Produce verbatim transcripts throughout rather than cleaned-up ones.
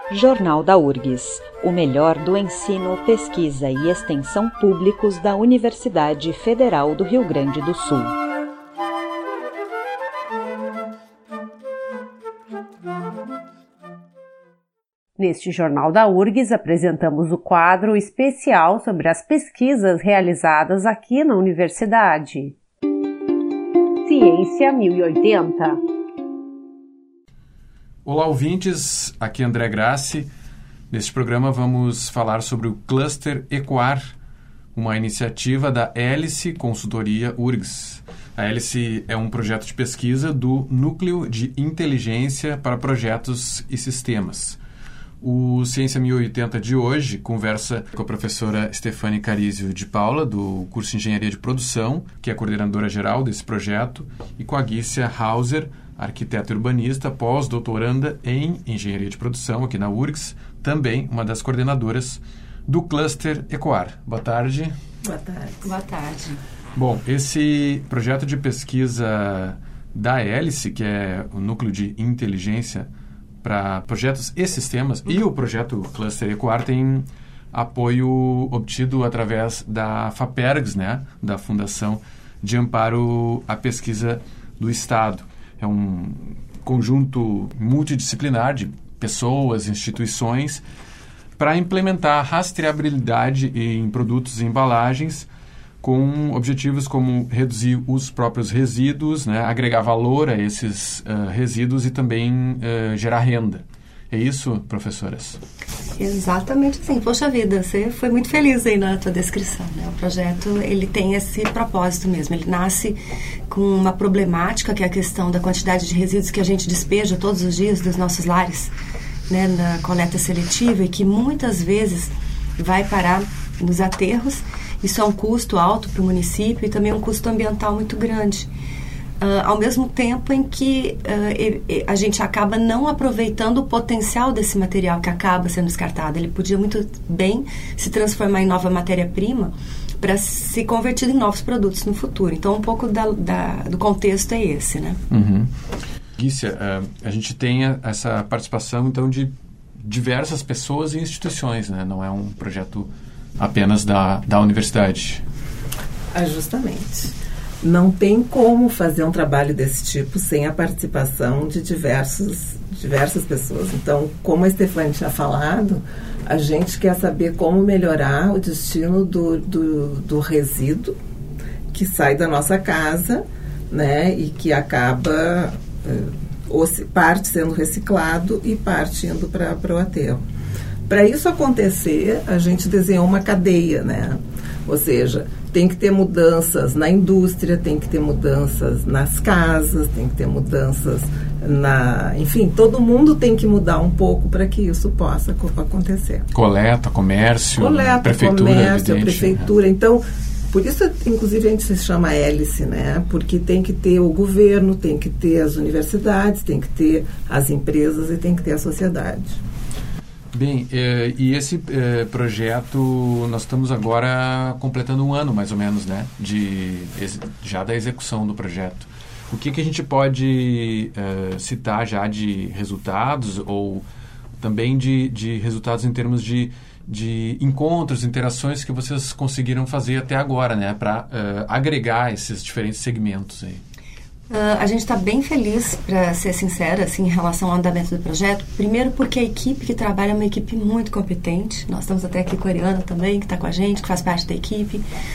Jornal da U R G S, o melhor do ensino, pesquisa e extensão públicos da Universidade Federal do Rio Grande do Sul. Neste Jornal da U R G S apresentamos o quadro especial sobre as pesquisas realizadas aqui na Universidade. Ciência mil e oitenta. Olá, ouvintes, aqui é André Grassi. Neste programa vamos falar sobre o Cluster Ecoar, uma iniciativa da Hélice Consultoria U R G S. A Hélice é um projeto de pesquisa do Núcleo de Inteligência para Projetos e Sistemas. O Ciência mil e oitenta de hoje conversa com a professora Stefane Carizio de Paula, do curso de Engenharia de Produção, que é a coordenadora geral desse projeto, e com a Gícia Hauser, arquiteta urbanista, pós-doutoranda em Engenharia de Produção aqui na U R G S, também uma das coordenadoras do Cluster Ecoar. Boa tarde. Boa tarde. Boa tarde. Bom, esse projeto de pesquisa da Hélice, que é o Núcleo de Inteligência para Projetos e Sistemas, e o projeto Cluster Ecoar tem apoio obtido através da FAPERGS, né, da Fundação de Amparo à Pesquisa do Estado. É um conjunto multidisciplinar de pessoas, instituições, para implementar rastreabilidade em produtos e embalagens com objetivos como reduzir os próprios resíduos, né, agregar valor a esses uh, resíduos e também uh, gerar renda. É isso, professoras? Exatamente assim. Poxa vida, você foi muito feliz aí na tua descrição, né? O projeto, ele tem esse propósito mesmo. Ele nasce com uma problemática, que é a questão da quantidade de resíduos que a gente despeja todos os dias dos nossos lares, né, na coleta seletiva, e que muitas vezes vai parar nos aterros. Isso é um custo alto para o município e também um custo ambiental muito grande. Uh, ao mesmo tempo em que uh, a gente acaba não aproveitando o potencial desse material que acaba sendo descartado. Ele podia muito bem se transformar em nova matéria-prima para se convertir em novos produtos no futuro. Então, um pouco da, da, do contexto é esse, né? Uhum. Gícia, uh, a gente tem essa participação, então, de diversas pessoas e instituições, né? Não é um projeto apenas da, da universidade. Ah, justamente. Não tem como fazer um trabalho desse tipo sem a participação de diversos, diversas pessoas. Então, como a Stefane tinha falado, a gente quer saber como melhorar o destino do, do, do resíduo que sai da nossa casa, né, e que acaba ou se, parte sendo reciclado e parte indo para o aterro. Para isso acontecer, a gente desenhou uma cadeia, né? Ou seja, tem que ter mudanças na indústria, tem que ter mudanças nas casas, tem que ter mudanças na... Enfim, todo mundo tem que mudar um pouco para que isso possa acontecer. Coleta, comércio, Coleta, prefeitura, comércio, evidente, prefeitura. Né? Então, por isso, inclusive, a gente se chama Hélice, né? Porque tem que ter o governo, tem que ter as universidades, tem que ter as empresas e tem que ter a sociedade. Bem, eh, e esse eh, projeto, nós estamos agora completando um ano, mais ou menos, né, de, já da execução do projeto. O que, que a gente pode eh, citar já de resultados ou também de, de resultados em termos de, de encontros, interações que vocês conseguiram fazer até agora, né, para eh, agregar esses diferentes segmentos aí? Uh, a gente está bem feliz, para ser sincera, assim, em relação ao andamento do projeto. Primeiro porque a equipe que trabalha é uma equipe muito competente. Nós estamos até aqui com a Ariana também, que está com a gente, que faz parte da equipe.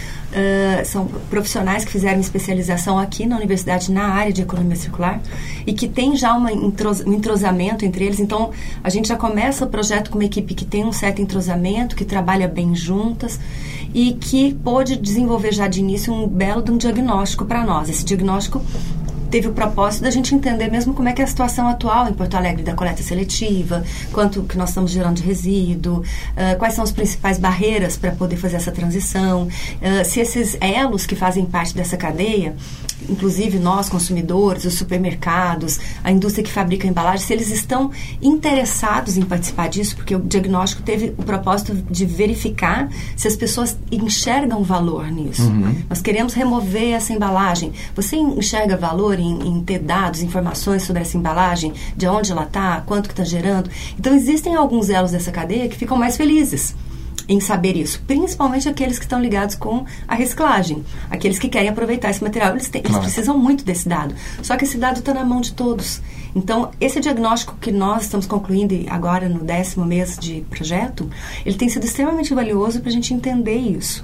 Uh, são profissionais que fizeram especialização aqui na universidade na área de economia circular e que tem já uma entros, um entrosamento entre eles. Então, a gente já começa o projeto com uma equipe que tem um certo entrosamento, que trabalha bem juntas e que pôde desenvolver já de início um belo de um diagnóstico para nós. Esse diagnóstico teve o propósito da gente entender mesmo como é que é a situação atual em Porto Alegre da coleta seletiva, quanto que nós estamos gerando de resíduo, uh, quais são as principais barreiras para poder fazer essa transição, uh, se esses elos que fazem parte dessa cadeia, inclusive nós, consumidores, os supermercados, a indústria que fabrica a embalagem, se eles estão interessados em participar disso, porque o diagnóstico teve o propósito de verificar se as pessoas enxergam valor nisso. Uhum. Nós queremos remover essa embalagem. Você enxerga valor em, em ter dados, informações sobre essa embalagem, de onde ela está, quanto que está gerando? Então, existem alguns elos dessa cadeia que ficam mais felizes em saber isso, principalmente aqueles que estão ligados com a reciclagem, aqueles que querem aproveitar esse material, eles, têm, claro. eles precisam muito desse dado, só que esse dado está na mão de todos. Então, esse diagnóstico que nós estamos concluindo agora no décimo mês de projeto, ele tem sido extremamente valioso para a gente entender isso.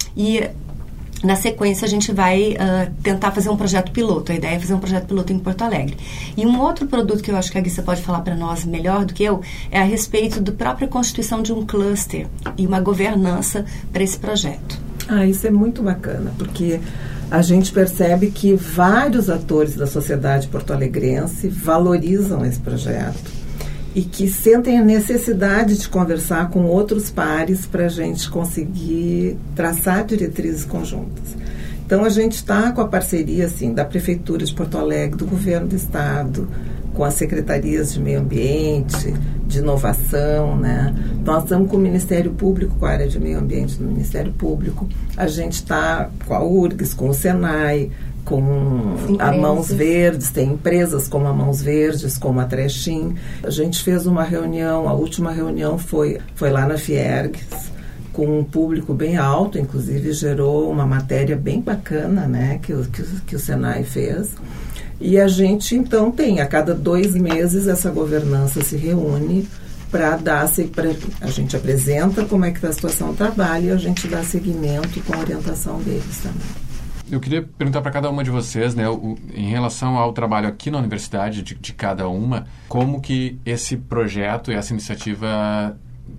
E na sequência, a gente vai uh, tentar fazer um projeto piloto. A ideia é fazer um projeto piloto em Porto Alegre. E um outro produto que eu acho que a Guissa pode falar para nós melhor do que eu é a respeito da própria constituição de um cluster e uma governança para esse projeto. Ah, isso é muito bacana, porque a gente percebe que vários atores da sociedade porto-alegrense valorizam esse projeto e que sentem a necessidade de conversar com outros pares para a gente conseguir traçar diretrizes conjuntas. Então, a gente está com a parceria assim, da Prefeitura de Porto Alegre, do Governo do Estado, com as secretarias de Meio Ambiente, de Inovação, né? Nós estamos com o Ministério Público, com a área de Meio Ambiente do Ministério Público, a gente está com a U R G S, com o Senai, com a Mãos Verdes, tem empresas como a Mãos Verdes, como a Trechim. A gente fez uma reunião, a última reunião foi, foi lá na Fiergs, com um público bem alto, inclusive gerou uma matéria bem bacana, né, que, que, que o Senai fez. E a gente, então, tem, a cada dois meses, essa governança se reúne para dar, pra, a gente apresenta como é que está a situação do trabalho e a gente dá seguimento com a orientação deles também. Eu queria perguntar para cada uma de vocês, né, o, em relação ao trabalho aqui na universidade, de, de cada uma, como que esse projeto e essa iniciativa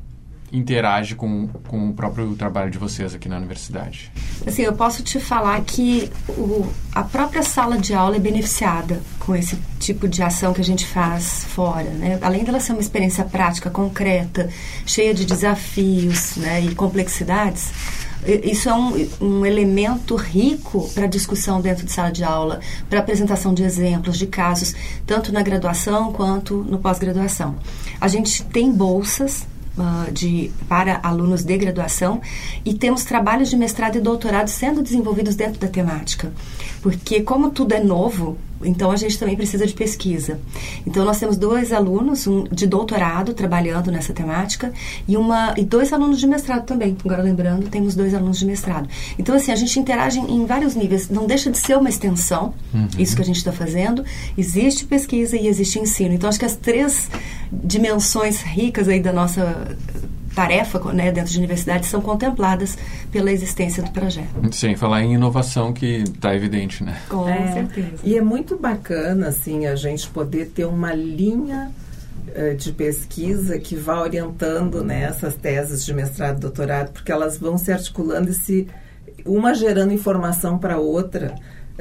interage com, com o próprio trabalho de vocês aqui na universidade? Assim, eu posso te falar que o, a própria sala de aula é beneficiada com esse tipo de ação que a gente faz fora, né? Além dela ser uma experiência prática, concreta, cheia de desafios, né, e complexidades, isso é um, um elemento rico para discussão dentro de sala de aula, para apresentação de exemplos, de casos, tanto na graduação quanto no pós-graduação. A gente tem bolsas uh, de, para alunos de graduação e temos trabalhos de mestrado e doutorado sendo desenvolvidos dentro da temática. Porque como tudo é novo, então a gente também precisa de pesquisa. Então nós temos dois alunos, um de doutorado trabalhando nessa temática e, uma, e dois alunos de mestrado também. Agora lembrando, temos dois alunos de mestrado. Então assim, a gente interage em vários níveis. Não deixa de ser uma extensão, uhum. isso que a gente está fazendo. Existe pesquisa e existe ensino. Então acho que as três dimensões ricas aí da nossa tarefa, né, dentro de universidade são contempladas pela existência do projeto. Sem falar em inovação, que está evidente, né? Com é, certeza. E é muito bacana, assim, a gente poder ter uma linha uh, de pesquisa que vá orientando, né, essas teses de mestrado e doutorado, porque elas vão se articulando e se, uma gerando informação para a outra.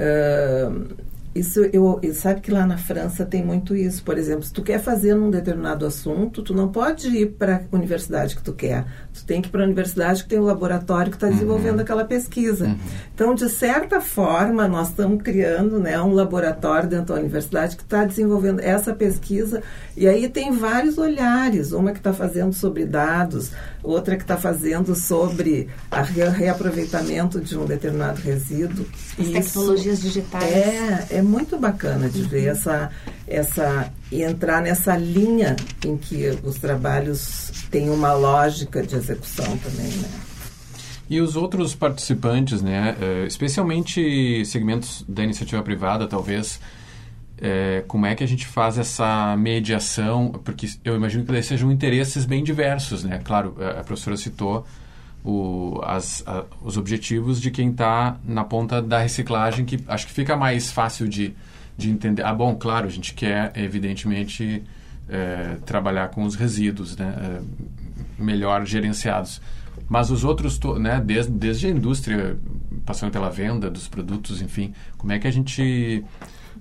Uh, Isso, eu, sabe que lá na França tem muito isso. Por exemplo, se tu quer fazer num determinado assunto, tu não pode ir para a universidade que tu quer. Tu tem que ir para a universidade que tem o laboratório que está desenvolvendo uhum. aquela pesquisa. Uhum. Então, de certa forma, nós estamos criando, né, um laboratório dentro da universidade que está desenvolvendo essa pesquisa. E aí tem vários olhares. Uma que está fazendo sobre dados, outra que está fazendo sobre o reaproveitamento de um determinado resíduo. As isso tecnologias digitais. É, é muito bacana de ver essa, essa, e entrar nessa linha em que os trabalhos têm uma lógica de execução também, né? E os outros participantes, né, especialmente segmentos da iniciativa privada, talvez, é, como é que a gente faz essa mediação? Porque eu imagino que sejam interesses bem diversos, né? Claro, a professora citou O, as, a, os objetivos de quem está na ponta da reciclagem, que acho que fica mais fácil de, de entender. Ah, bom, claro, a gente quer, evidentemente, é, trabalhar com os resíduos, né, é, melhor gerenciados. Mas os outros, né, desde, desde a indústria, passando pela venda dos produtos, enfim, como é que a gente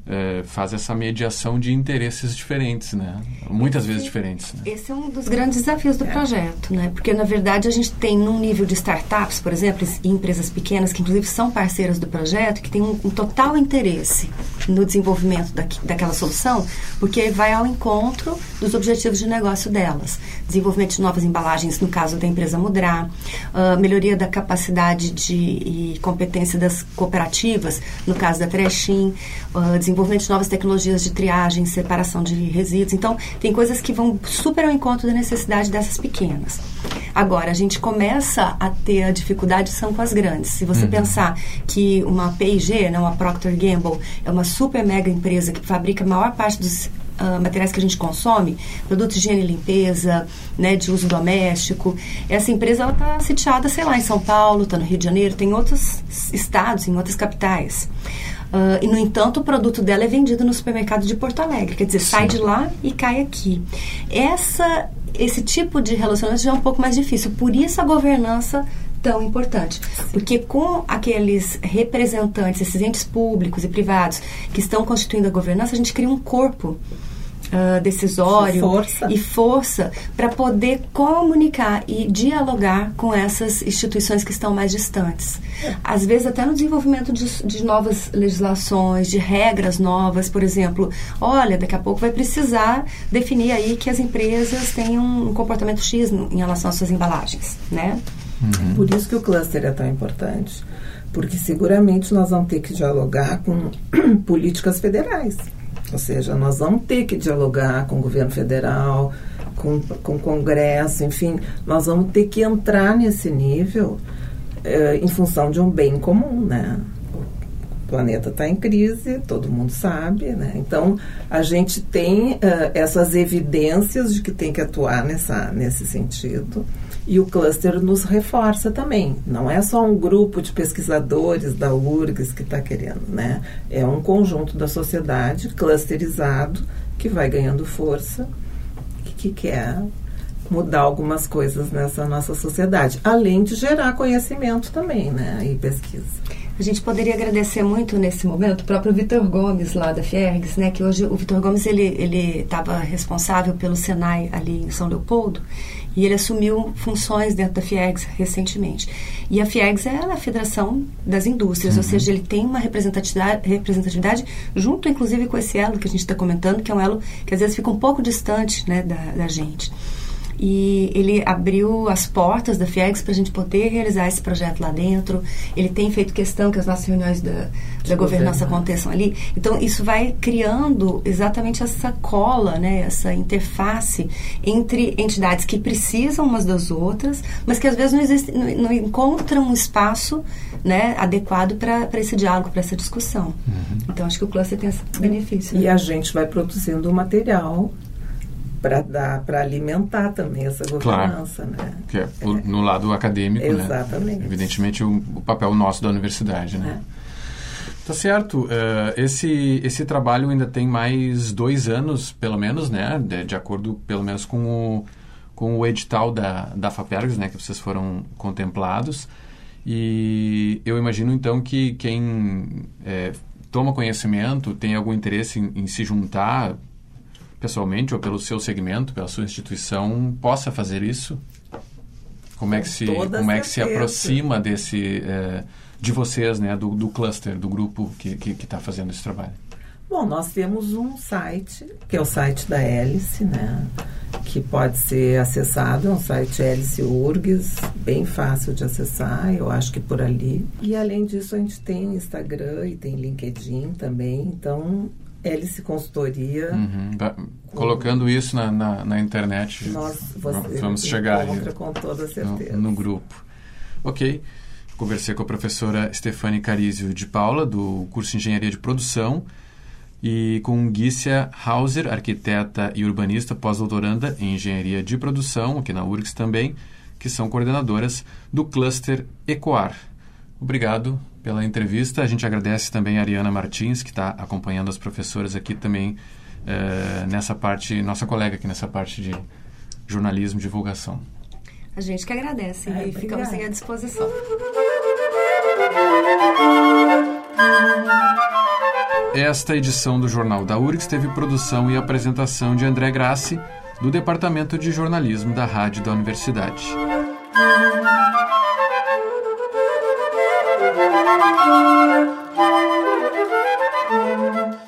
é, faz essa mediação de interesses diferentes, né? Muitas esse, vezes diferentes. Né? Esse é um dos grandes desafios do é. projeto, né? Porque, na verdade, a gente tem num nível de startups, por exemplo, e empresas pequenas, que inclusive são parceiras do projeto, que tem um, um total interesse no desenvolvimento da, daquela solução, porque vai ao encontro dos objetivos de negócio delas. Desenvolvimento de novas embalagens, no caso da empresa Mudra, uh, melhoria da capacidade de, e competência das cooperativas, no caso da Trechim, uh, desenvolvimento de novas tecnologias de triagem, separação de resíduos. Então, tem coisas que vão super ao encontro da necessidade dessas pequenas. Agora, a gente começa a ter a dificuldade, são com as grandes. Se você uhum. pensar que uma P e G, né, uma Procter and Gamble, é uma super mega empresa que fabrica a maior parte dos Uh, materiais que a gente consome, produtos de higiene e limpeza, né, de uso doméstico. Essa empresa está sitiada, sei lá, em São Paulo, está no Rio de Janeiro, tem outros estados, em outras capitais. Uh, e, no entanto, o produto dela é vendido no supermercado de Porto Alegre. Quer dizer, Sim. sai de lá e cai aqui. Essa, esse tipo de relacionamento já é um pouco mais difícil. Por isso a governança tão importante. Porque com aqueles representantes, esses entes públicos e privados que estão constituindo a governança, a gente cria um corpo uh, decisório força. e força para poder comunicar e dialogar com essas instituições que estão mais distantes. É. Às vezes até no desenvolvimento de, de novas legislações, de regras novas, por exemplo, olha, daqui a pouco vai precisar definir aí que as empresas tenham um comportamento X no, em relação às suas embalagens, né? Uhum. Por isso que o cluster é tão importante, porque seguramente nós vamos ter que dialogar com políticas federais, ou seja, nós vamos ter que dialogar com o governo federal, com, com o Congresso, enfim, nós vamos ter que entrar nesse nível eh, em função de um bem comum, né? O planeta está em crise, todo mundo sabe, né? Então, a gente tem uh, essas evidências de que tem que atuar nessa, nesse sentido. E o cluster nos reforça também. Não é só um grupo de pesquisadores da U R G S que está querendo, né? É um conjunto da sociedade clusterizado que vai ganhando força e que quer mudar algumas coisas nessa nossa sociedade. Além de gerar conhecimento também, né? E pesquisa. A gente poderia agradecer muito nesse momento o próprio Vitor Gomes, lá da Fiergs, né? Que hoje o Vitor Gomes ele estava responsável pelo Senai ali em São Leopoldo e ele assumiu funções dentro da Fiergs recentemente. E a Fiergs é a Federação das Indústrias, uhum. ou seja, ele tem uma representatividade, representatividade junto, inclusive, com esse elo que a gente está comentando, que é um elo que às vezes fica um pouco distante, né, da, da gente. E ele abriu as portas da Fiergs para a gente poder realizar esse projeto lá dentro. Ele tem feito questão que as nossas reuniões da, da governança aconteçam ali. Então, isso vai criando exatamente essa cola, né, essa interface entre entidades que precisam umas das outras, mas que às vezes não, existe, não, não encontram um espaço, né, adequado para esse diálogo, para essa discussão. Uhum. Então, acho que o cluster tem esse benefício. E né? a gente vai produzindo material para dar, para alimentar também essa governança, claro, né? Que é, o, no lado acadêmico, exatamente, né? Evidentemente o, o papel nosso da universidade, né? É. Tá certo. Uh, esse esse trabalho ainda tem mais dois anos, pelo menos, né? De, de acordo, pelo menos, com o com o edital da da Fapergs, né? Que vocês foram contemplados. E eu imagino então que quem é, toma conhecimento tem algum interesse em, em se juntar pessoalmente ou pelo seu segmento, pela sua instituição, possa fazer isso? Como é que se, como é que se aproxima desse, é, de vocês, né, do, do cluster, do grupo que que está fazendo esse trabalho? Bom, nós temos um site, que é o site da Hélice, né, que pode ser acessado, é um site Hélice U R G S, bem fácil de acessar, eu acho que por ali. E além disso, a gente tem Instagram e tem LinkedIn também, então Hélice Consultoria. Uhum. Colocando com... isso na, na, na internet, nós, você vamos chegar aí, com toda certeza. No, no grupo. Ok. Conversei com a professora Stefane Carizio de Paula, do curso de Engenharia de Produção, e com Gícia Hauser, arquiteta e urbanista, pós-doutoranda em Engenharia de Produção, aqui na U R G S também, que são coordenadoras do cluster Ecoar. Obrigado pela entrevista. A gente agradece também a Ariana Martins, que está acompanhando as professoras aqui também eh, nessa parte, nossa colega aqui nessa parte de jornalismo e divulgação. A gente que agradece é, e ficamos à disposição. Esta edição do Jornal da U R G S teve produção e apresentação de André Grassi, do Departamento de Jornalismo da Rádio da Universidade. Música